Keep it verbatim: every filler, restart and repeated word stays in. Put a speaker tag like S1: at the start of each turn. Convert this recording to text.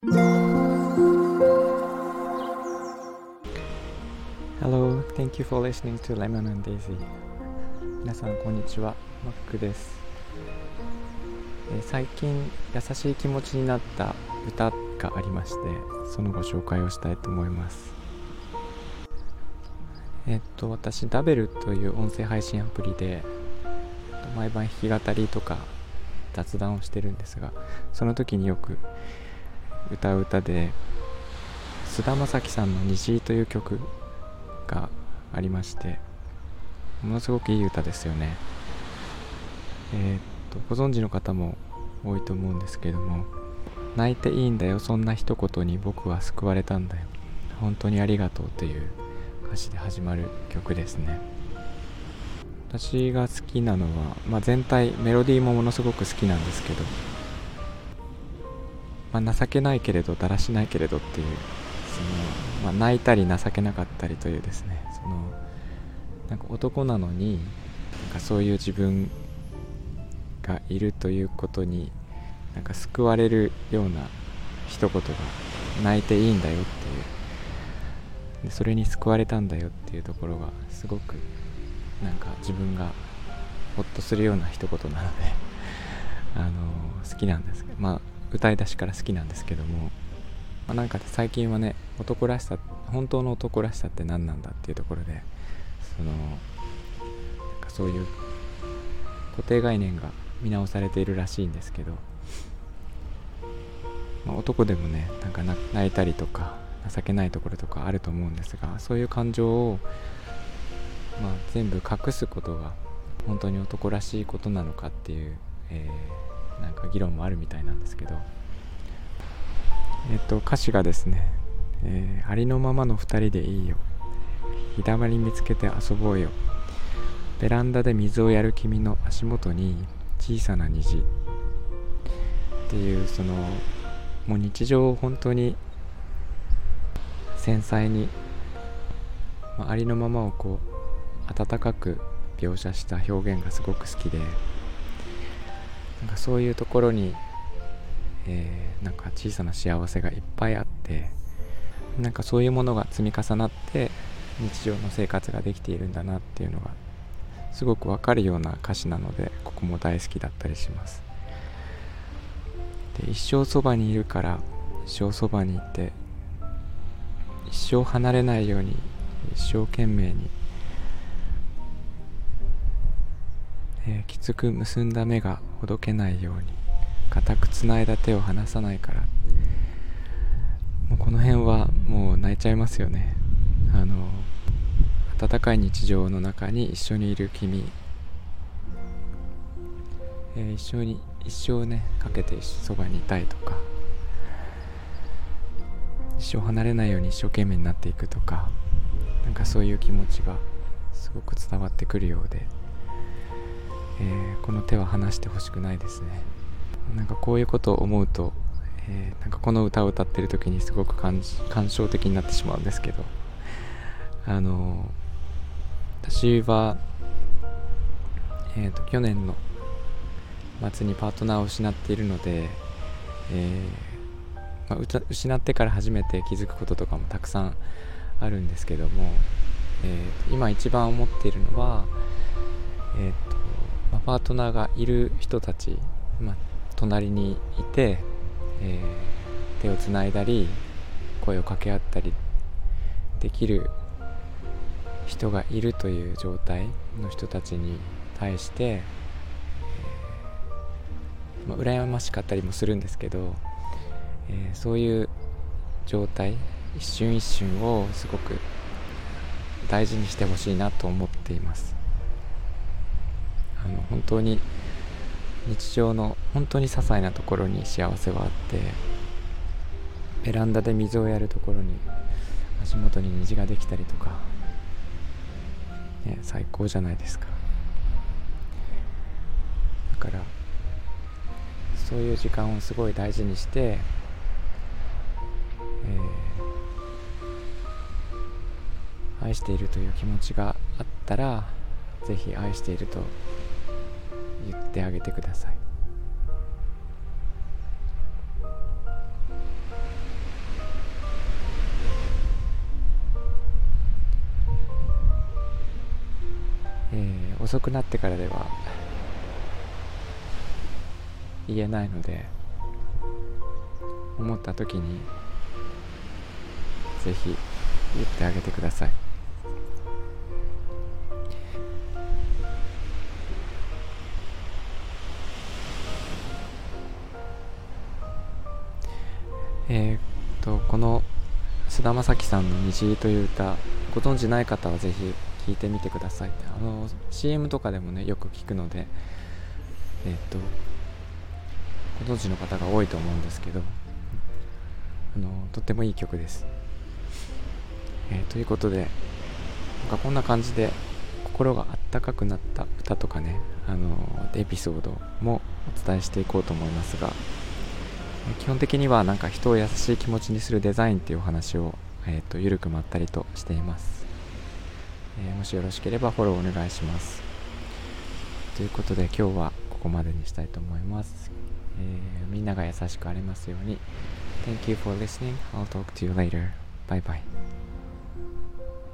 S1: Hello, thank you for listening to Lemon and Daisy. 皆さんこんにちは、マックです。えー最近優しい気持ちになった歌がありまして、そのご紹介をしたいと思います。えっと私ダベルという音声配信アプリで毎晩弾き語りとか雑談をしてるんですが、その時によく歌う歌で菅田将暉さんの虹という曲がありまして、ものすごくいい歌ですよね。えー、っとご存知の方も多いと思うんですけれども、泣いていいんだよ、そんな一言に僕は救われたんだよ、本当にありがとうという歌詞で始まる曲ですね。私が好きなのは、まあ、全体メロディーもものすごく好きなんですけど、まあ、情けないけれどだらしないけれどっていう、その、まあ、泣いたり情けなかったりというですね、そのなんか男なのになんかそういう自分がいるということになんか救われるような一言が、泣いていいんだよっていう、でそれに救われたんだよっていうところがすごくなんか自分がほっとするような一言なのであのー、好きなんですけど、まあ歌い出しから好きなんですけども、まあ、なんか最近はね、男らしさ、本当の男らしさって何なんだっていうところで、そのなんかそういう固定概念が見直されているらしいんですけど、まあ、男でもね、なんか泣いたりとか情けないところとかあると思うんですが、そういう感情を、まあ、全部隠すことが本当に男らしいことなのかっていう、えー、なんか議論もあるみたいなんですけど、えっと歌詞がですね、えー、ありのままの二人でいいよ、日だまり見つけて遊ぼうよ、ベランダで水をやる君の足元に小さな虹っていう、そのもう日常を本当に繊細に、まあ、ありのままをこう温かく描写した表現がすごく好きで、なんかそういうところに、えー、なんか小さな幸せがいっぱいあって、なんかそういうものが積み重なって日常の生活ができているんだなっていうのがすごくわかるような歌詞なので、ここも大好きだったりします。で、一生そばにいるから一生そばにいて、一生離れないように一生懸命に、えー、きつく結んだ目がほどけないように固くつないだ手を離さないから、もうこの辺はもう泣いちゃいますよね。あの温かい日常の中に一緒にいる君、えー、一緒に一生ねかけてそばにいたいとか、一生離れないように一生懸命になっていくとか、なんかそういう気持ちがすごく伝わってくるようで、えー、この手は離してほしくないですね。なんかこういうことを思うと、えー、なんかこの歌を歌ってる時にすごく感傷的になってしまうんですけど、あのー私は、えーと、去年の末にパートナーを失っているので、えーまあ、失ってから初めて気づくこととかもたくさんあるんですけども、えーと、今一番思っているのは、えーとまあ、パートナーがいる人たち、まあ、隣にいて、えー、手をつないだり声を掛け合ったりできる人がいるという状態の人たちに対して、えーまあ、羨ましかったりもするんですけど、えー、そういう状態、一瞬一瞬をすごく大事にしてほしいなと思っています。あの本当に日常の本当に些細なところに幸せはあって、ベランダで水をやるところに足元に虹ができたりとか、ね、最高じゃないですか。だからそういう時間をすごい大事にして、えー、愛しているという気持ちがあったら、ぜひ愛していると言ってあげてください。 遅くなってからでは言えないので、思った時にぜひ言ってあげてください。えー、っとこの菅田将暉さんの虹という歌、ご存知ない方はぜひ聞いてみてください。あの シーエム とかでもねよく聞くので、えー、っとご存知の方が多いと思うんですけど、あのとってもいい曲です。えー、ということで、なんかこんな感じで心があったかくなった歌とかね、あのエピソードもお伝えしていこうと思いますが、基本的にはなんか人を優しい気持ちにするデザインっていうお話を、えー、とゆるくまったりとしています。えー、もしよろしければフォローお願いします。ということで今日はここまでにしたいと思います。えー、みんなが優しくありますように。 Thank you for listening. I'll talk to you later. Bye bye.